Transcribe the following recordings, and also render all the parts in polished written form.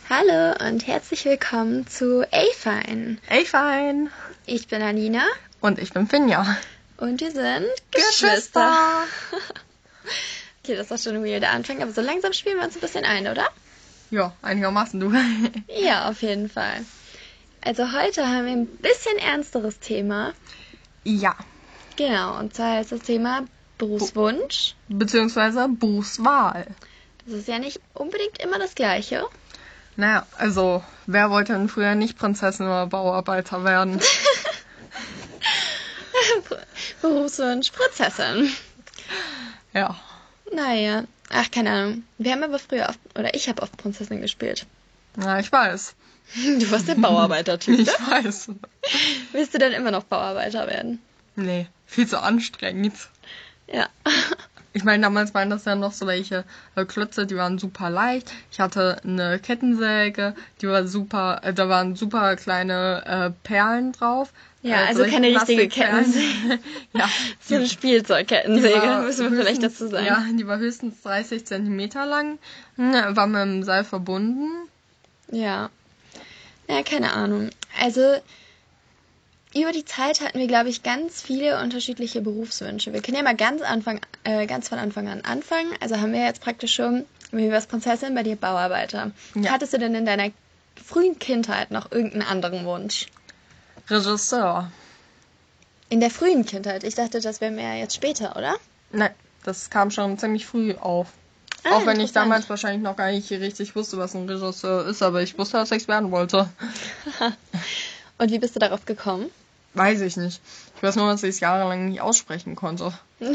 Hallo und herzlich willkommen zu A-Fine. A-Fine. Ich bin Alina. Und ich bin Finja. Und wir sind Geschwister. Okay, das war schon ein weirder Anfang, aber so langsam spielen wir uns ein bisschen ein, oder? Ja, einigermaßen, du. Ja, auf jeden Fall. Also heute haben wir ein bisschen ernsteres Thema. Ja. Genau, und zwar ist das Thema Berufswunsch. Beziehungsweise Berufswahl. Das ist ja nicht unbedingt immer das Gleiche. Naja, also, wer wollte denn früher nicht Prinzessin oder Bauarbeiter werden? Berufswunsch, Prinzessin. Ja. Naja, ach, keine Ahnung. Wir haben aber früher ich habe oft Prinzessin gespielt. Na, ich weiß. Du warst der Bauarbeiter-Typ, Ich ne? weiß. Willst du denn immer noch Bauarbeiter werden? Nee, viel zu anstrengend. Ja. Ich meine, damals waren das ja noch so welche Klötze, die waren super leicht. Ich hatte eine Kettensäge, die war super, da waren super kleine Perlen drauf. Ja, also keine richtige Kettensäge. Ja. So eine Spielzeugkettensäge, müssen wir vielleicht dazu sagen. Ja, die war höchstens 30 Zentimeter lang, war mit dem Seil verbunden. Ja. Ja, keine Ahnung. Also, über die Zeit hatten wir, glaube ich, ganz viele unterschiedliche Berufswünsche. Wir können ja mal ganz von Anfang an anfangen. Also haben wir jetzt praktisch schon, wie war's Prinzessin, bei dir Bauarbeiter. Ja. Hattest du denn in deiner frühen Kindheit noch irgendeinen anderen Wunsch? Regisseur. In der frühen Kindheit? Ich dachte, das wäre mehr jetzt später, oder? Nein, das kam schon ziemlich früh auf. Auch wenn ich damals wahrscheinlich noch gar nicht richtig wusste, was ein Regisseur ist, aber ich wusste, dass ich es werden wollte. Und wie bist du darauf gekommen? Weiß ich nicht. Ich weiß nur, dass ich es jahrelang nicht aussprechen konnte.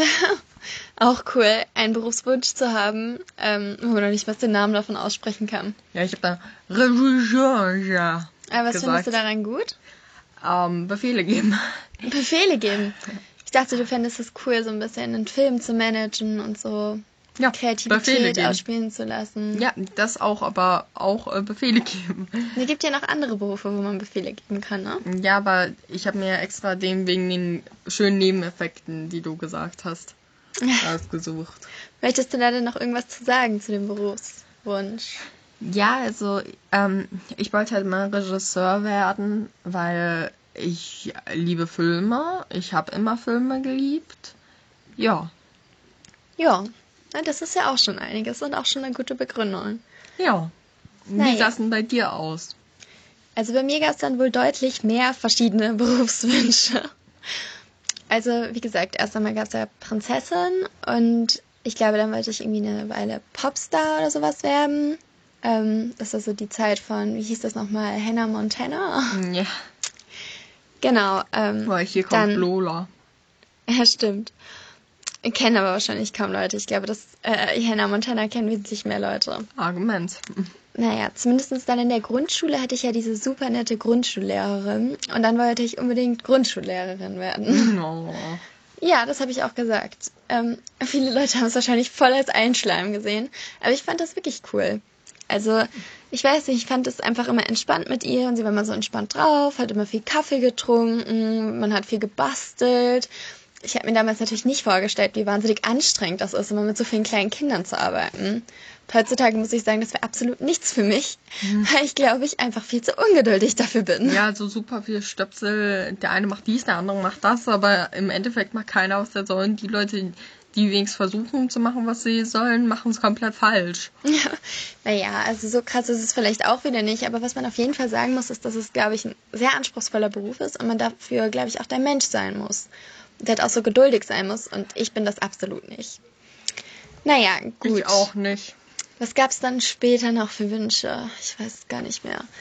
Auch cool, einen Berufswunsch zu haben, wo man noch nicht mal den Namen davon aussprechen kann. Ja, ich habe da Regisseur Aber was findest du daran gut? Befehle geben. Befehle geben? Ich dachte, du fändest es cool, so ein bisschen einen Film zu managen und so ja, Kreativität ausspielen zu lassen. Ja, das auch, aber auch Befehle geben. Es gibt ja noch andere Berufe, wo man Befehle geben kann, ne? Ja, aber ich habe mir extra wegen den schönen Nebeneffekten, die du gesagt hast, ausgesucht. Möchtest du da denn noch irgendwas zu sagen zu dem Berufswunsch? Ja, also ich wollte halt mal Regisseur werden, weil ich liebe Filme. Ich habe immer Filme geliebt. Ja. Ja. Das ist ja auch schon einiges und auch schon eine gute Begründung. Ja. Wie sah es denn bei dir aus? Also bei mir gab es dann wohl deutlich mehr verschiedene Berufswünsche. Also wie gesagt, erst einmal gab es ja Prinzessin und ich glaube, dann wollte ich irgendwie eine Weile Popstar oder sowas werden. Das ist so die Zeit von, wie hieß das nochmal, Hannah Montana? Ja. Genau. Hier kommt Lola. Ja, stimmt. Kennen aber wahrscheinlich kaum Leute. Ich glaube, dass Hannah Montana kennen wesentlich mehr Leute. Argument. Naja, zumindest dann in der Grundschule hatte ich ja diese super nette Grundschullehrerin. Und dann wollte ich unbedingt Grundschullehrerin werden. No. Ja, das habe ich auch gesagt. Viele Leute haben es wahrscheinlich voll als Einschleim gesehen. Aber ich fand das wirklich cool. Also, ich weiß nicht, ich fand es einfach immer entspannt mit ihr. Und sie war immer so entspannt drauf, hat immer viel Kaffee getrunken, man hat viel gebastelt. Ich habe mir damals natürlich nicht vorgestellt, wie wahnsinnig anstrengend das ist, immer mit so vielen kleinen Kindern zu arbeiten. Und heutzutage muss ich sagen, das wäre absolut nichts für mich, weil ich glaube, ich einfach viel zu ungeduldig dafür bin. Ja, so super viel Stöpsel. Der eine macht dies, der andere macht das, aber im Endeffekt macht keiner, was er soll. Die Leute, die wenigstens versuchen zu machen, was sie sollen, machen es komplett falsch. Ja, naja, also so krass ist es vielleicht auch wieder nicht, aber was man auf jeden Fall sagen muss, ist, dass es, glaube ich, ein sehr anspruchsvoller Beruf ist und man dafür, glaube ich, auch der Mensch sein muss. Der halt auch so geduldig sein muss und ich bin das absolut nicht. Naja, gut. Ich auch nicht. Was gab's dann später noch für Wünsche? Ich weiß es gar nicht mehr.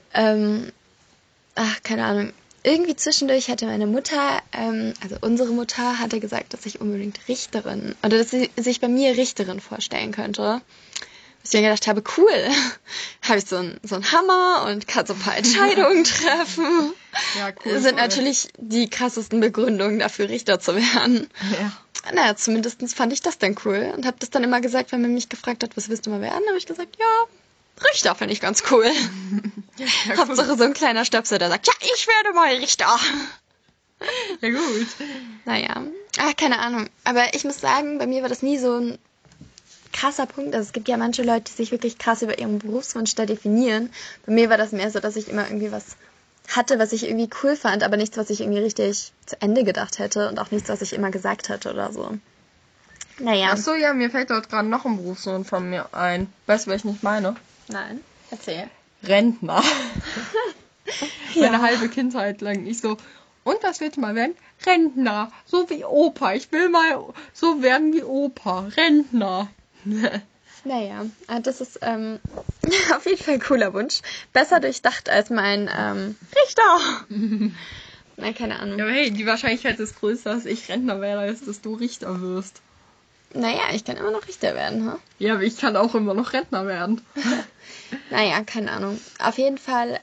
Keine Ahnung. Irgendwie zwischendurch hatte meine Mutter, also unsere Mutter, hatte gesagt, dass ich unbedingt Richterin, oder dass sie sich bei mir Richterin vorstellen könnte. Ich mir gedacht habe, cool, habe ich so einen Hammer und kann so ein paar Entscheidungen treffen. Ja, cool. Das sind natürlich die krassesten Begründungen dafür, Richter zu werden. Ja. Naja, zumindest fand ich das dann cool und habe das dann immer gesagt, wenn man mich gefragt hat, was willst du mal werden, habe ich gesagt, ja, Richter finde ich ganz cool. Ja, Hauptsache so ein kleiner Stöpsel, der sagt, ja, ich werde mal Richter. Ja, gut. Naja, keine Ahnung. Aber ich muss sagen, bei mir war das nie so ein krasser Punkt. Also es gibt ja manche Leute, die sich wirklich krass über ihren Berufswunsch da definieren. Bei mir war das mehr so, dass ich immer irgendwie was hatte, was ich irgendwie cool fand, aber nichts, was ich irgendwie richtig zu Ende gedacht hätte und auch nichts, was ich immer gesagt hätte oder so. Naja. Achso, ja, mir fällt dort gerade noch ein Berufswunsch von mir ein. Weißt du, was ich nicht meine? Nein, erzähl. Rentner. Ja. Meine halbe Kindheit lang nicht so. Und was willst du mal werden? Rentner. So wie Opa. Ich will mal so werden wie Opa. Rentner. Naja, das ist auf jeden Fall ein cooler Wunsch. Besser durchdacht als mein Richter. Nein, keine Ahnung. Ja, aber hey, die Wahrscheinlichkeit ist größer, dass ich Rentner werde, als dass du Richter wirst. Naja, ich kann immer noch Richter werden, ha? Ja, aber ich kann auch immer noch Rentner werden. Naja, keine Ahnung. Auf jeden Fall,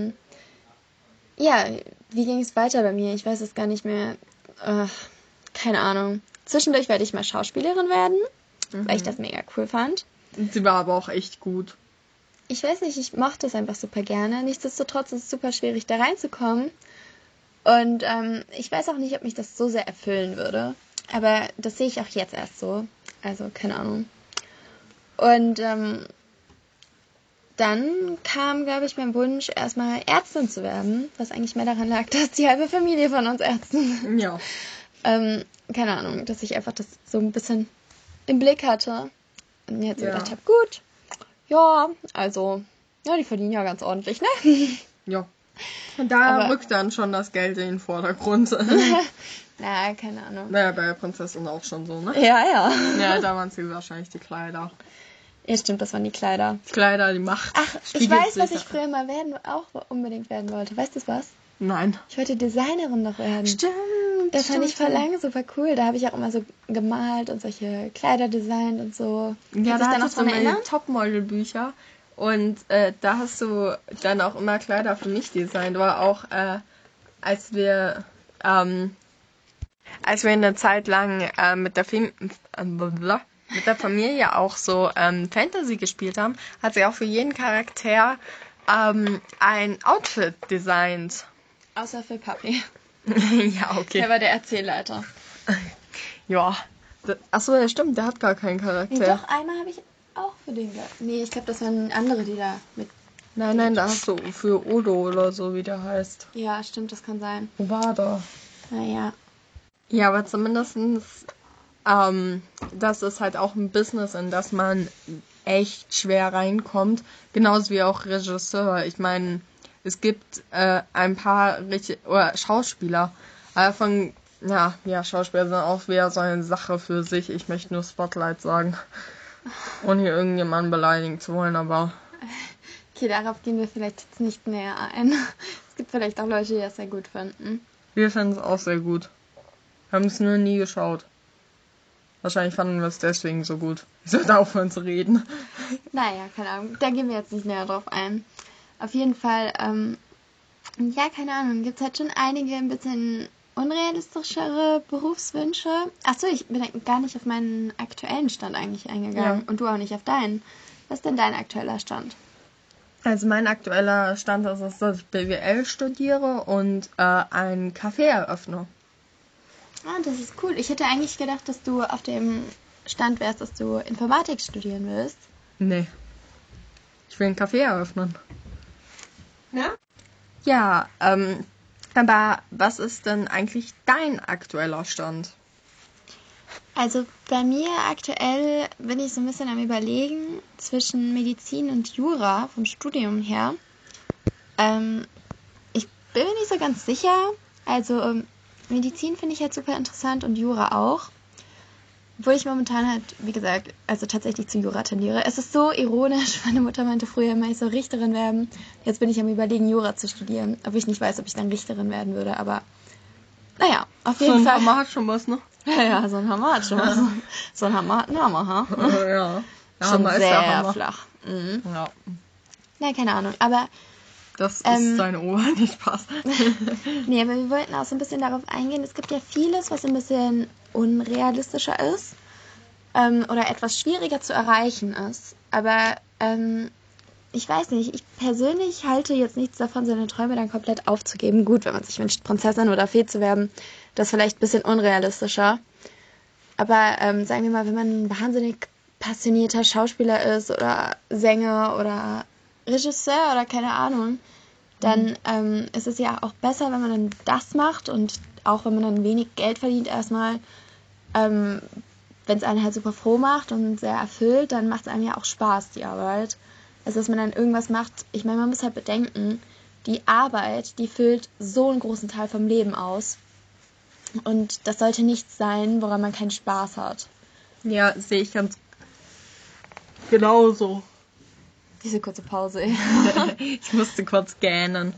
ja, wie ging es weiter bei mir? Ich weiß es gar nicht mehr. Keine Ahnung. Zwischendurch werde ich mal Schauspielerin werden, weil ich das mega cool fand. Sie war aber auch echt gut. Ich weiß nicht, ich mochte es einfach super gerne. Nichtsdestotrotz ist es super schwierig, da reinzukommen. Und ich weiß auch nicht, ob mich das so sehr erfüllen würde. Aber das sehe ich auch jetzt erst so. Also, keine Ahnung. Und dann kam, glaube ich, mein Wunsch, erstmal Ärztin zu werden. Was eigentlich mehr daran lag, dass die halbe Familie von uns Ärzten sind. Ja. Keine Ahnung, dass ich einfach das so ein bisschen im Blick hatte. Und jetzt so Ja. gedacht habe, gut, ja, also, ja, die verdienen ja ganz ordentlich, ne? Ja. Und da Aber- rückt dann schon das Geld in den Vordergrund. Na, keine Ahnung. Naja, bei der Prinzessin auch schon so, ne? Ja, ja. Ja, da waren es wahrscheinlich die Kleider. Ja, stimmt, das waren die Kleider. Kleider, die Macht. Ach, ich spiegelt weiß, was sich ich früher mal auch unbedingt werden wollte. Weißt du was? Nein. Ich wollte Designerin noch werden. Stimmt. Das fand ich voll lange super cool. Da habe ich auch immer so gemalt und solche Kleider designt und so. Ja, Kannst da du dich hattest du meine Topmodel-Bücher. Und da hast du dann auch immer Kleider für mich designt. War auch, als wir eine Zeit lang mit der Familie auch so Fantasy gespielt haben, hat sie auch für jeden Charakter ein Outfit designt. Außer für Papi. Ja, okay. Der war der Erzählleiter. Ja. Achso, ja stimmt, der hat gar keinen Nee, Charakter. doch, einmal habe ich auch für den gehabt. Nee, ich glaube, das waren andere, die da mit... Nein, da hast du für Odo oder so, wie der heißt. Ja, stimmt, das kann sein. Ovada. Naja. Ja, aber zumindestens, das ist halt auch ein Business, in das man echt schwer reinkommt. Genauso wie auch Regisseur. Ich meine, es gibt ein paar oder Schauspieler. Schauspieler sind auch wieder so eine Sache für sich. Ich möchte nur Spotlight sagen. Ohne hier irgendjemanden beleidigen zu wollen, aber... Okay, darauf gehen wir vielleicht jetzt nicht näher ein. Es gibt vielleicht auch Leute, die das sehr gut finden. Wir fanden es auch sehr gut. Haben es nur nie geschaut. Wahrscheinlich fanden wir es deswegen so gut. Ich sollte aufhören zu reden. Naja, keine Ahnung. Da gehen wir jetzt nicht näher drauf ein. Auf jeden Fall, ja, keine Ahnung. Gibt es halt schon einige ein bisschen unrealistischere Berufswünsche. Achso, ich bin gar nicht auf meinen aktuellen Stand eigentlich eingegangen. Ja. Und du auch nicht auf deinen. Was ist denn dein aktueller Stand? Also mein aktueller Stand ist es, dass ich BWL studiere und ein Café eröffne. Ah, das ist cool. Ich hätte eigentlich gedacht, dass du auf dem Stand wärst, dass du Informatik studieren willst. Nee. Ich will ein Café eröffnen. Ja? Ja, aber was ist denn eigentlich dein aktueller Stand? Also bei mir aktuell bin ich so ein bisschen am Überlegen zwischen Medizin und Jura vom Studium her. Ich bin mir nicht so ganz sicher. Also Medizin finde ich halt super interessant und Jura auch. Obwohl ich momentan halt, wie gesagt, also tatsächlich zu Jura tendiere. Es ist so ironisch, meine Mutter meinte früher immer, ich soll Richterin werden. Jetzt bin ich am Überlegen, Jura zu studieren. Obwohl ich nicht weiß, ob ich dann Richterin werden würde, aber naja, auf jeden Fall. Hammer hat schon was, ne? Ja, so ein Hammer hat schon was. So ein Hammer hat einen Hammer, ha? Ja. Der Schon Hammer ist der sehr Hammer. flach. Mhm. Ja. Na, keine Ahnung. Aber Das ist seine Ober, nicht Spaß. nee, aber wir wollten auch so ein bisschen darauf eingehen. Es gibt ja vieles, was ein bisschen unrealistischer ist oder etwas schwieriger zu erreichen ist. Aber ich weiß nicht, ich persönlich halte jetzt nichts davon, seine Träume dann komplett aufzugeben. Gut, wenn man sich wünscht, Prinzessin oder Fee zu werden, das ist vielleicht ein bisschen unrealistischer. Aber sagen wir mal, wenn man ein wahnsinnig passionierter Schauspieler ist oder Sänger oder Regisseur oder keine Ahnung, dann ist es ja auch besser, wenn man dann das macht und auch wenn man dann wenig Geld verdient erstmal, wenn es einen halt super froh macht und sehr erfüllt, dann macht es einem ja auch Spaß, die Arbeit. Also dass man dann irgendwas macht, ich meine, man muss halt bedenken, die Arbeit, die füllt so einen großen Teil vom Leben aus. Und das sollte nichts sein, woran man keinen Spaß hat. Ja, sehe ich ganz genauso. Diese kurze Pause. Ich musste kurz gähnen.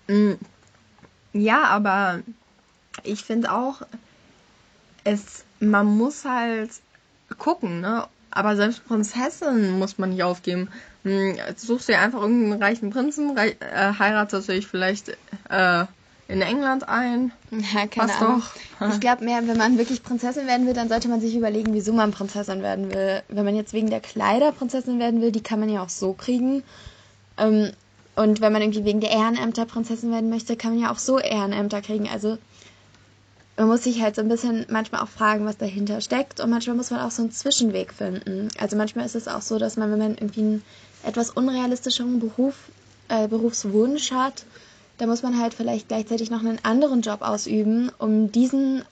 Ja, aber ich finde auch, man muss halt gucken, ne? Aber selbst Prinzessin muss man nicht aufgeben. Suchst dir einfach irgendeinen reichen Prinzen, heiratest dich vielleicht in England ein. Ja, keine Ahnung. Doch. Ich glaube mehr, wenn man wirklich Prinzessin werden will, dann sollte man sich überlegen, wieso man Prinzessin werden will. Wenn man jetzt wegen der Kleider Prinzessin werden will, die kann man ja auch so kriegen. Und wenn man irgendwie wegen der Ehrenämter Prinzessin werden möchte, kann man ja auch so Ehrenämter kriegen. Also man muss sich halt so ein bisschen manchmal auch fragen, was dahinter steckt. Und manchmal muss man auch so einen Zwischenweg finden. Also manchmal ist es auch so, dass man, wenn man irgendwie einen etwas unrealistischeren Berufswunsch hat, da muss man halt vielleicht gleichzeitig noch einen anderen Job ausüben, um die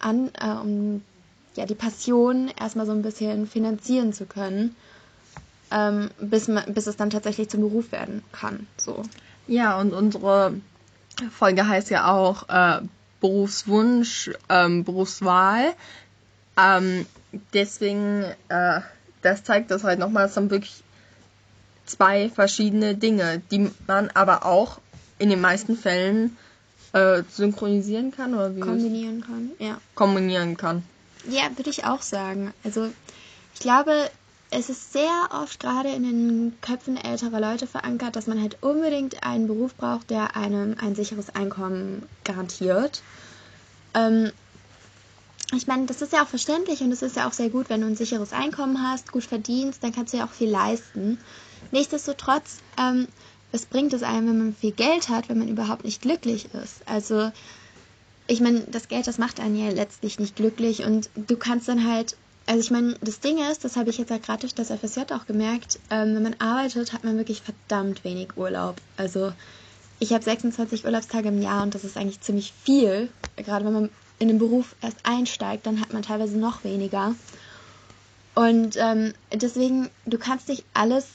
Passion erstmal so ein bisschen finanzieren zu können, bis es dann tatsächlich zum Beruf werden kann. So. Ja, und unsere Folge heißt ja auch Berufswunsch, Berufswahl. Deswegen, das zeigt das halt nochmal, es sind wirklich 2 verschiedene Dinge, die man aber auch in den meisten Fällen synchronisieren kann oder wie kombinieren kann, ja. Kombinieren kann. Ja, würde ich auch sagen. Also ich glaube, es ist sehr oft gerade in den Köpfen älterer Leute verankert, dass man halt unbedingt einen Beruf braucht, der einem ein sicheres Einkommen garantiert. Ich meine, das ist ja auch verständlich und es ist ja auch sehr gut, wenn du ein sicheres Einkommen hast, gut verdienst, dann kannst du ja auch viel leisten. Nichtsdestotrotz, was bringt es einem, wenn man viel Geld hat, wenn man überhaupt nicht glücklich ist? Also, ich meine, das Geld, das macht einen ja letztlich nicht glücklich und du kannst dann halt, also ich meine, das Ding ist, das habe ich jetzt ja gerade durch das FSJ auch gemerkt, wenn man arbeitet, hat man wirklich verdammt wenig Urlaub. Also, ich habe 26 Urlaubstage im Jahr und das ist eigentlich ziemlich viel. Gerade wenn man in den Beruf erst einsteigt, dann hat man teilweise noch weniger. Und deswegen, du kannst nicht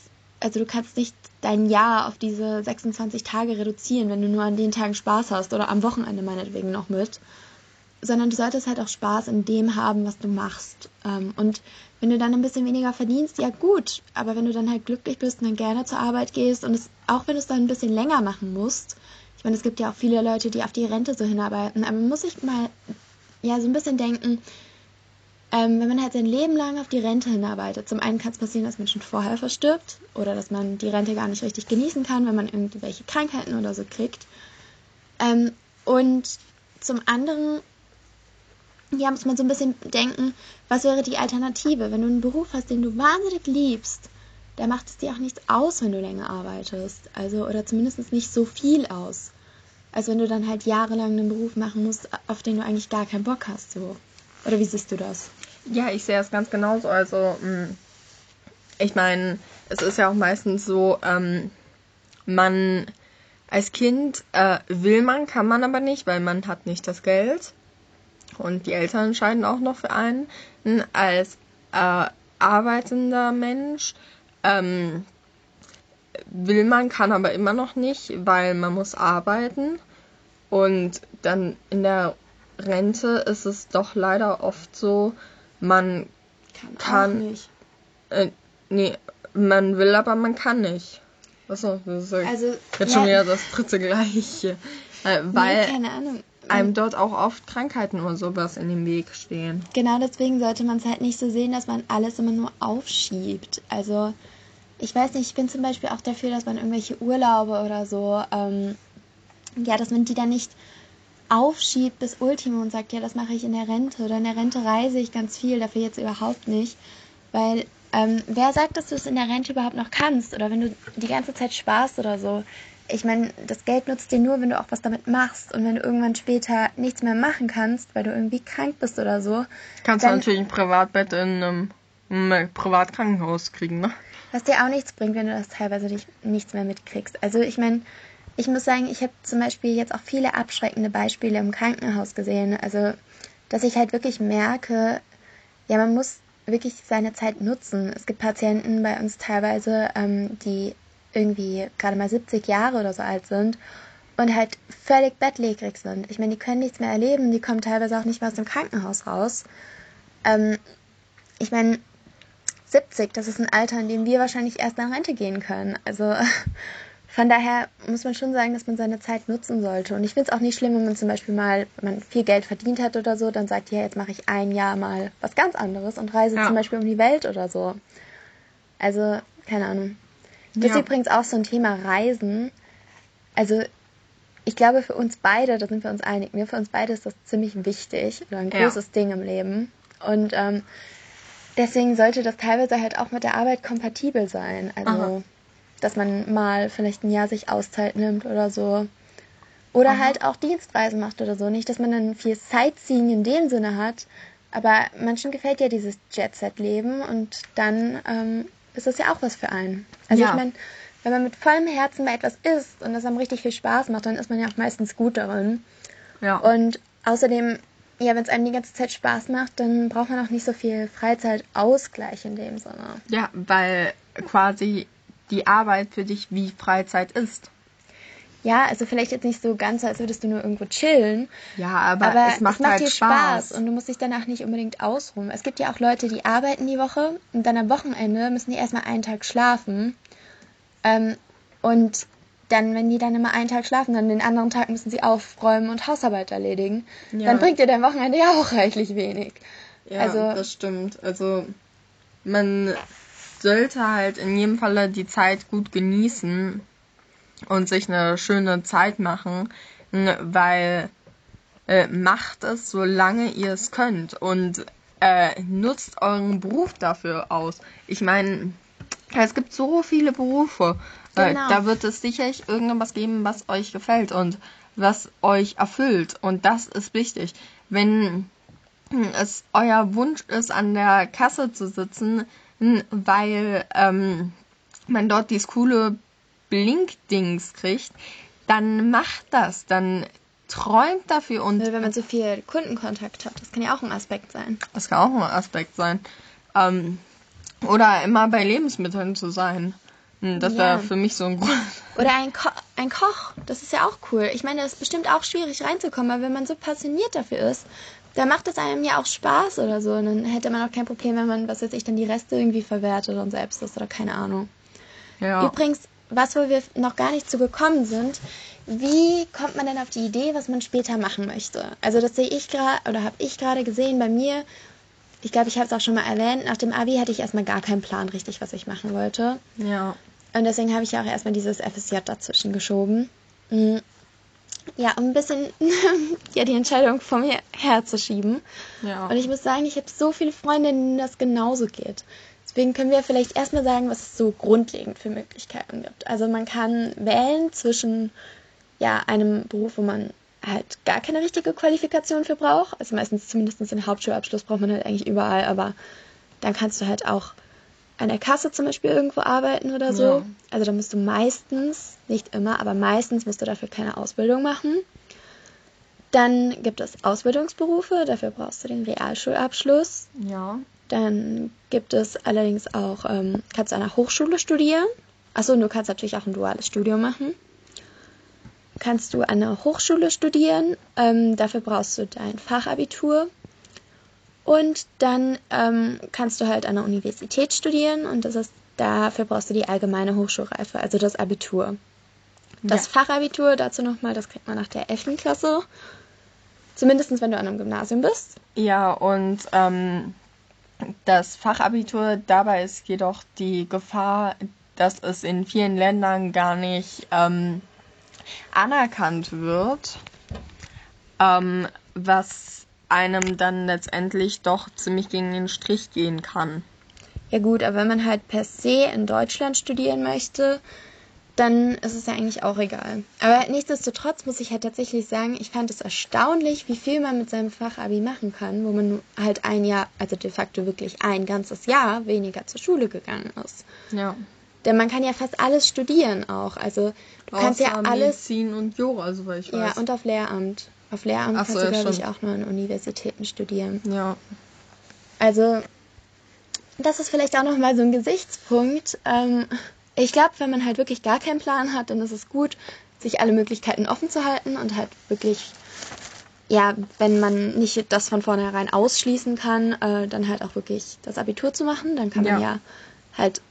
dein Jahr auf diese 26 Tage reduzieren, wenn du nur an den Tagen Spaß hast oder am Wochenende meinetwegen noch mit. Sondern du solltest halt auch Spaß in dem haben, was du machst. Und wenn du dann ein bisschen weniger verdienst, ja gut. Aber wenn du dann halt glücklich bist und dann gerne zur Arbeit gehst und auch wenn du es dann ein bisschen länger machen musst, ich meine, es gibt ja auch viele Leute, die auf die Rente so hinarbeiten, aber man muss sich mal so ein bisschen denken, wenn man halt sein Leben lang auf die Rente hinarbeitet, zum einen kann es passieren, dass man schon vorher verstirbt oder dass man die Rente gar nicht richtig genießen kann, wenn man irgendwelche Krankheiten oder so kriegt. Und zum anderen, muss man so ein bisschen denken, was wäre die Alternative? Wenn du einen Beruf hast, den du wahnsinnig liebst, da macht es dir auch nichts aus, wenn du länger arbeitest. Also, oder zumindest nicht so viel aus. Als wenn du dann halt jahrelang einen Beruf machen musst, auf den du eigentlich gar keinen Bock hast. So. Oder wie siehst du das? Ja, ich sehe das ganz genauso. Also, ich meine, es ist ja auch meistens so, man als Kind kann man aber nicht, weil man hat nicht das Geld. Und die Eltern entscheiden auch noch für einen. Als arbeitender Mensch will man, kann aber immer noch nicht, weil man muss arbeiten. Und dann in der Rente ist es doch leider oft so, man kann nicht. Nee, man will, aber man kann nicht. Achso, das ist also, jetzt schon wieder das dritte Gleiche. Weil keine Ahnung. einem dort auch oft Krankheiten oder sowas in den Weg stehen. Genau deswegen sollte man es halt nicht so sehen, dass man alles immer nur aufschiebt. Also, ich weiß nicht, ich bin zum Beispiel auch dafür, dass man irgendwelche Urlaube oder so, dass man die dann nicht aufschiebt bis Ultimo und sagt, ja, das mache ich in der Rente oder in der Rente reise ich ganz viel, dafür jetzt überhaupt nicht. Weil, wer sagt, dass du es in der Rente überhaupt noch kannst oder wenn du die ganze Zeit sparst oder so? Ich meine, das Geld nutzt dir nur, wenn du auch was damit machst und wenn du irgendwann später nichts mehr machen kannst, weil du irgendwie krank bist oder so. Kannst du natürlich ein Privatbett in einem ein Privatkrankenhaus kriegen, ne? Was dir auch nichts bringt, wenn du das teilweise nichts mehr mitkriegst. Also ich meine, ich muss sagen, ich habe zum Beispiel jetzt auch viele abschreckende Beispiele im Krankenhaus gesehen. Also, dass ich halt wirklich merke, ja, man muss wirklich seine Zeit nutzen. Es gibt Patienten bei uns teilweise, die irgendwie gerade mal 70 Jahre oder so alt sind und halt völlig bettlägerig sind. Ich meine, die können nichts mehr erleben, die kommen teilweise auch nicht mehr aus dem Krankenhaus raus. Ich meine, 70, das ist ein Alter, in dem wir wahrscheinlich erst nach Rente gehen können. Also von daher muss man schon sagen, dass man seine Zeit nutzen sollte. Und ich finde es auch nicht schlimm, wenn man zum Beispiel mal, wenn man viel Geld verdient hat oder so, dann sagt, ja, jetzt mache ich ein Jahr mal was ganz anderes und reise zum Beispiel um die Welt oder so. Also, keine Ahnung. Das ist übrigens auch so ein Thema Reisen. Also, ich glaube, für uns beide, da sind wir uns einig, ne? Für uns beide ist das ziemlich wichtig oder ein großes Ding im Leben. Und deswegen sollte das teilweise halt auch mit der Arbeit kompatibel sein. Also, dass man mal vielleicht ein Jahr sich Auszeit nimmt oder so. Oder halt auch Dienstreisen macht oder so. Nicht, dass man dann viel Sightseeing in dem Sinne hat, aber manchen gefällt ja dieses Jet-Set-Leben und dann ist das ja auch was für einen. Also ich meine, wenn man mit vollem Herzen bei etwas ist und das einem richtig viel Spaß macht, dann ist man ja auch meistens gut darin. Ja. Und außerdem, ja, wenn es einem die ganze Zeit Spaß macht, dann braucht man auch nicht so viel Freizeitausgleich in dem Sinne. Ja, weil quasi die Arbeit für dich wie Freizeit ist. Ja, also vielleicht jetzt nicht so ganz, als würdest du nur irgendwo chillen. Ja, aber es macht halt dir Spaß und du musst dich danach nicht unbedingt ausruhen. Es gibt ja auch Leute, die arbeiten die Woche und dann am Wochenende müssen die erstmal einen Tag schlafen. Und dann, wenn die dann immer einen Tag schlafen, dann den anderen Tag müssen sie aufräumen und Hausarbeit erledigen. Ja. Dann bringt dir dein Wochenende ja auch reichlich wenig. Ja, also, das stimmt. Also man sollte halt in jedem Falle die Zeit gut genießen und sich eine schöne Zeit machen, weil macht es, solange ihr es könnt und nutzt euren Beruf dafür aus. Ich meine, es gibt so viele Berufe. Genau. Da wird es sicherlich irgendwas geben, was euch gefällt und was euch erfüllt. Und das ist wichtig. Wenn es euer Wunsch ist, an der Kasse zu sitzen, weil man dort dieses coole Blink-Dings kriegt, dann macht das. Dann träumt dafür. Und wenn man so viel Kundenkontakt hat, das kann ja auch ein Aspekt sein. Das kann auch ein Aspekt sein. Oder immer bei Lebensmitteln zu sein. Das wäre für mich so ein Grund. Oder ein Koch, das ist ja auch cool. Ich meine, das ist bestimmt auch schwierig reinzukommen, aber wenn man so passioniert dafür ist, dann macht es einem ja auch Spaß oder so. Und dann hätte man auch kein Problem, wenn man, was weiß ich, dann die Reste irgendwie verwertet und selbst ist oder keine Ahnung. Ja. Übrigens, wo wir noch gar nicht zu gekommen sind, wie kommt man denn auf die Idee, was man später machen möchte? Also das sehe ich gerade, oder habe ich gerade gesehen bei mir. Ich glaube, ich habe es auch schon mal erwähnt, nach dem Abi hatte ich erstmal gar keinen Plan richtig, was ich machen wollte. Ja. Und deswegen habe ich ja auch erstmal dieses FSJ dazwischen geschoben. Ja, um ein bisschen ja, die Entscheidung vor mir herzuschieben. Ja. Und ich muss sagen, ich habe so viele Freunde, denen das genauso geht. Deswegen können wir vielleicht erstmal sagen, was es so grundlegend für Möglichkeiten gibt. Also man kann wählen zwischen ja, einem Beruf, wo man halt gar keine richtige Qualifikation für braucht. Also meistens, zumindest den Hauptschulabschluss braucht man halt eigentlich überall, aber dann kannst du halt auch an der Kasse zum Beispiel irgendwo arbeiten oder so. Ja. Also da musst du meistens, nicht immer, aber meistens musst du dafür keine Ausbildung machen. Dann gibt es Ausbildungsberufe, dafür brauchst du den Realschulabschluss. Ja. Dann gibt es allerdings auch, kannst du an der Hochschule studieren. Achso, und du kannst natürlich auch ein duales Studium machen. Kannst du an der Hochschule studieren, dafür brauchst du dein Fachabitur. Und dann kannst du halt an der Universität studieren und dafür brauchst du die allgemeine Hochschulreife, also das Abitur. Das Fachabitur, dazu nochmal, das kriegt man nach der 11. Klasse. Zumindest wenn du an einem Gymnasium bist. Ja, und das Fachabitur, dabei ist jedoch die Gefahr, dass es in vielen Ländern gar nicht anerkannt wird, was einem dann letztendlich doch ziemlich gegen den Strich gehen kann. Ja gut, aber wenn man halt per se in Deutschland studieren möchte, dann ist es ja eigentlich auch egal. Aber nichtsdestotrotz muss ich halt tatsächlich sagen, ich fand es erstaunlich, wie viel man mit seinem Fachabi machen kann, wo man halt ein Jahr, also de facto wirklich ein ganzes Jahr weniger zur Schule gegangen ist. Ja. Denn man kann ja fast alles studieren auch. Also du kannst ja alles... Medizin und Jura, soweit ich weiß. Ja, und auf Lehramt. Auf Lehramt Ach so, kannst du, ja, glaube ich, stimmt. auch nur an Universitäten studieren. Ja. Also, das ist vielleicht auch nochmal so ein Gesichtspunkt. Ich glaube, wenn man halt wirklich gar keinen Plan hat, dann ist es gut, sich alle Möglichkeiten offen zu halten und halt wirklich, ja, wenn man nicht das von vornherein ausschließen kann, dann halt auch wirklich das Abitur zu machen. Dann kann man ja halt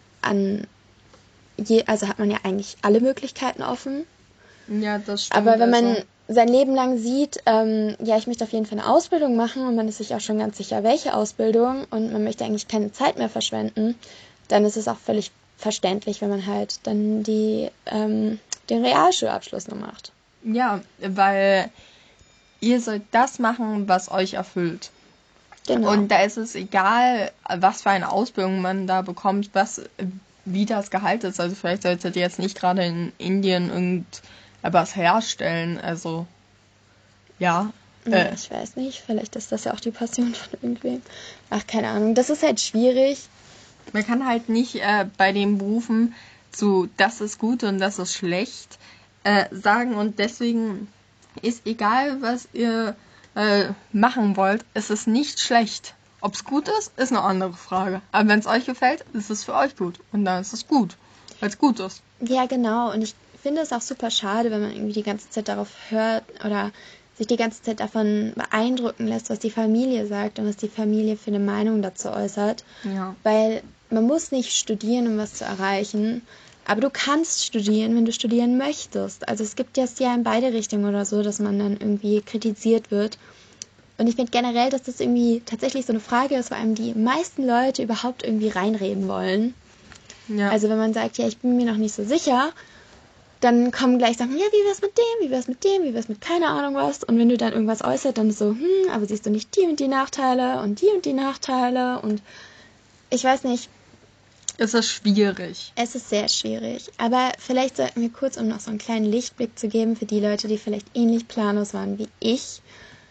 also hat man ja eigentlich alle Möglichkeiten offen. Ja, das stimmt. Aber wenn man sein Leben lang sieht, ja, ich möchte auf jeden Fall eine Ausbildung machen und man ist sich auch schon ganz sicher, welche Ausbildung und man möchte eigentlich keine Zeit mehr verschwenden, dann ist es auch völlig verständlich, wenn man halt dann den Realschulabschluss noch macht. Ja, weil ihr sollt das machen, was euch erfüllt. Genau. Und da ist es egal, was für eine Ausbildung man da bekommt, wie das Gehalt ist. Also vielleicht solltet ihr jetzt nicht gerade in Indien irgendwas herstellen. Also, ja. Ja, ich weiß nicht, vielleicht ist das ja auch die Passion von irgendwem. Ach, keine Ahnung, das ist halt schwierig. Man kann halt nicht bei den Berufen zu das ist gut und das ist schlecht sagen und deswegen ist egal, was ihr machen wollt, es ist nicht schlecht. Ob es gut ist eine andere Frage. Aber wenn es euch gefällt, ist es für euch gut. Und dann ist es gut, weil es gut ist. Ja, genau. Und ich finde es auch super schade, wenn man irgendwie die ganze Zeit darauf hört oder sich die ganze Zeit davon beeindrucken lässt, was die Familie sagt und was die Familie für eine Meinung dazu äußert. Ja. Weil man muss nicht studieren, um was zu erreichen. Aber du kannst studieren, wenn du studieren möchtest. Also es gibt jetzt ja in beide Richtungen oder so, dass man dann irgendwie kritisiert wird. Und ich finde generell, dass das irgendwie tatsächlich so eine Frage ist, vor allem die meisten Leute überhaupt irgendwie reinreden wollen. Ja. Also wenn man sagt, ja, ich bin mir noch nicht so sicher, dann kommen gleich Sachen, ja, wie wär's mit dem, wie wär's mit dem, wie wär's mit keine Ahnung was. Und wenn du dann irgendwas äußerst, dann ist so, aber siehst du nicht die und die Nachteile und die Nachteile und ich weiß nicht. Es ist schwierig. Es ist sehr schwierig. Aber vielleicht sollten wir kurz, um noch so einen kleinen Lichtblick zu geben für die Leute, die vielleicht ähnlich planlos waren wie ich.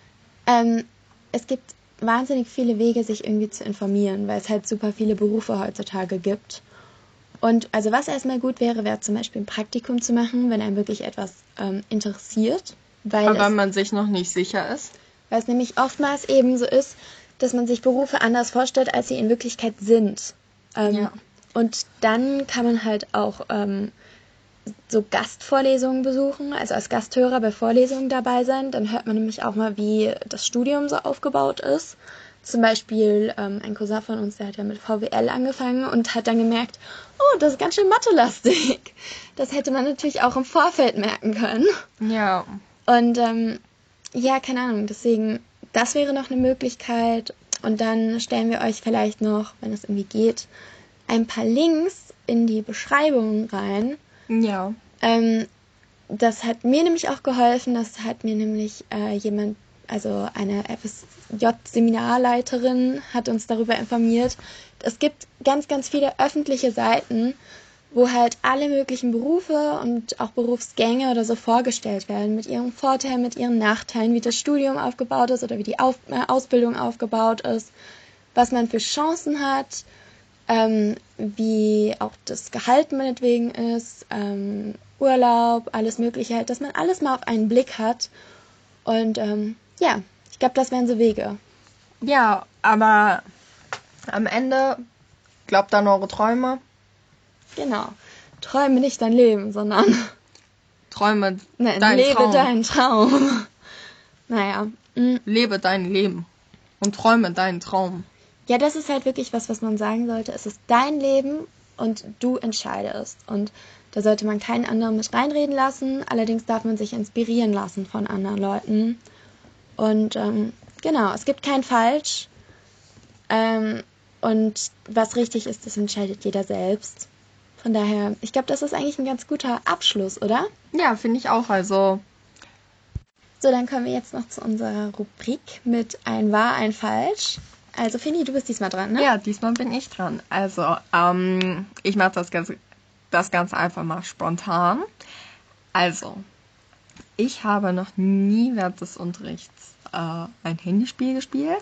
Es gibt wahnsinnig viele Wege, sich irgendwie zu informieren, weil es halt super viele Berufe heutzutage gibt. Und also was erstmal gut wäre, wäre zum Beispiel ein Praktikum zu machen, wenn einem wirklich etwas interessiert. Aber man sich noch nicht sicher ist. Weil es nämlich oftmals eben so ist, dass man sich Berufe anders vorstellt, als sie in Wirklichkeit sind. Ja. Und dann kann man halt auch so Gastvorlesungen besuchen, also als Gasthörer bei Vorlesungen dabei sein. Dann hört man nämlich auch mal, wie das Studium so aufgebaut ist. Zum Beispiel ein Cousin von uns, der hat ja mit VWL angefangen und hat dann gemerkt, oh, das ist ganz schön mathelastig. Das hätte man natürlich auch im Vorfeld merken können. Ja. Und ja, keine Ahnung, deswegen, das wäre noch eine Möglichkeit. Und dann stellen wir euch vielleicht noch, wenn es irgendwie geht, ein paar Links in die Beschreibung rein. Ja. Das hat mir nämlich auch geholfen. Das hat mir nämlich jemand, also eine FSJ-Seminarleiterin, hat uns darüber informiert. Es gibt ganz, ganz viele öffentliche Seiten, wo halt alle möglichen Berufe und auch Berufsgänge oder so vorgestellt werden, mit ihren Vorteilen, mit ihren Nachteilen, wie das Studium aufgebaut ist oder wie die Ausbildung aufgebaut ist, was man für Chancen hat, wie auch das Gehalt meinetwegen ist, Urlaub, alles Mögliche halt, dass man alles mal auf einen Blick hat. Und ja, ich glaube, das wären so Wege. Ja, aber am Ende glaubt an eure Träume. Genau. Träume nicht dein Leben, sondern Träume lebe deinen Traum. Naja. Lebe dein Leben und träume deinen Traum. Ja, das ist halt wirklich was man sagen sollte. Es ist dein Leben und du entscheidest. Und da sollte man keinen anderen mit reinreden lassen. Allerdings darf man sich inspirieren lassen von anderen Leuten. Und genau, es gibt kein Falsch. Und was richtig ist, das entscheidet jeder selbst. Von daher, ich glaube, das ist eigentlich ein ganz guter Abschluss, oder? Ja, finde ich auch. Also. So, dann kommen wir jetzt noch zu unserer Rubrik mit ein Wahr, ein Falsch. Also, Fini, du bist diesmal dran, ne? Ja, diesmal bin ich dran. Also, ich mache das ganz das Ganze einfach mal spontan. Also, ich habe noch nie während des Unterrichts ein Handyspiel gespielt.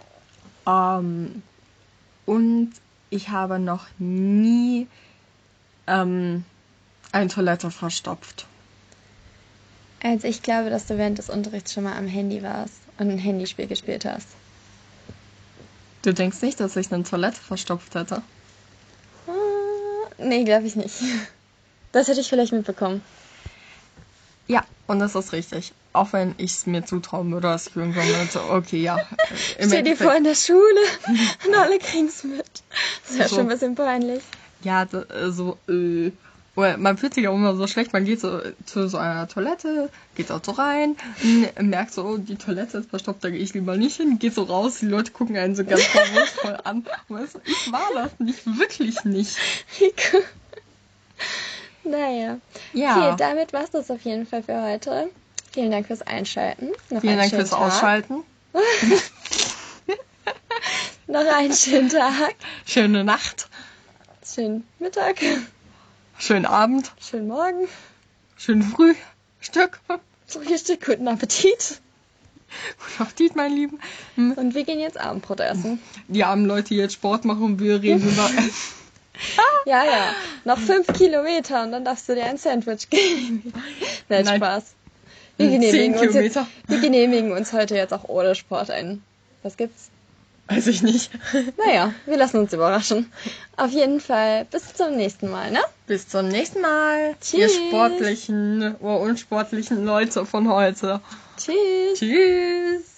Und ich habe noch nie eine Toilette verstopft. Also ich glaube, dass du während des Unterrichts schon mal am Handy warst und ein Handyspiel gespielt hast. Du denkst nicht, dass ich eine Toilette verstopft hätte? Nee, glaube ich nicht. Das hätte ich vielleicht mitbekommen. Ja, und das ist richtig. Auch wenn ich es mir zutrauen würde, dass ich irgendwann mit, okay, ja. Stell dir vor, in der Schule und alle kriegen es mit. Das wäre schon ein bisschen peinlich. Ja, man fühlt sich auch immer so schlecht. Man geht so zu so einer Toilette, geht dort so rein, merkt so, oh, die Toilette ist verstopft, da gehe ich lieber nicht hin, geht so raus, die Leute gucken einen so ganz vorwurfsvoll an. Und weißt du, ich war das nicht, wirklich nicht. Wie cool. Naja. Ja. Okay, damit war's das auf jeden Fall für heute. Vielen Dank fürs Einschalten. Vielen Dank fürs Ausschalten. Noch einen schönen Tag. Schöne Nacht. Schönen Mittag. Schönen Abend. Schönen Morgen. Schönen Frühstück. Frühstück, guten Appetit. Guten Appetit, mein Lieben. Und wir gehen jetzt Abendbrot essen. Die armen Leute, die jetzt Sport machen und wir reden über Essen. Ja. Noch 5 Kilometer und dann darfst du dir ein Sandwich geben. Nein, Spaß. Wir 10 Kilometer. Wir genehmigen uns heute jetzt auch ohne Sport ein. Was gibt's? Weiß ich nicht. Naja, wir lassen uns überraschen. Auf jeden Fall, bis zum nächsten Mal, ne? Bis zum nächsten Mal. Tschüss. Ihr sportlichen oder unsportlichen Leute von heute. Tschüss. Tschüss.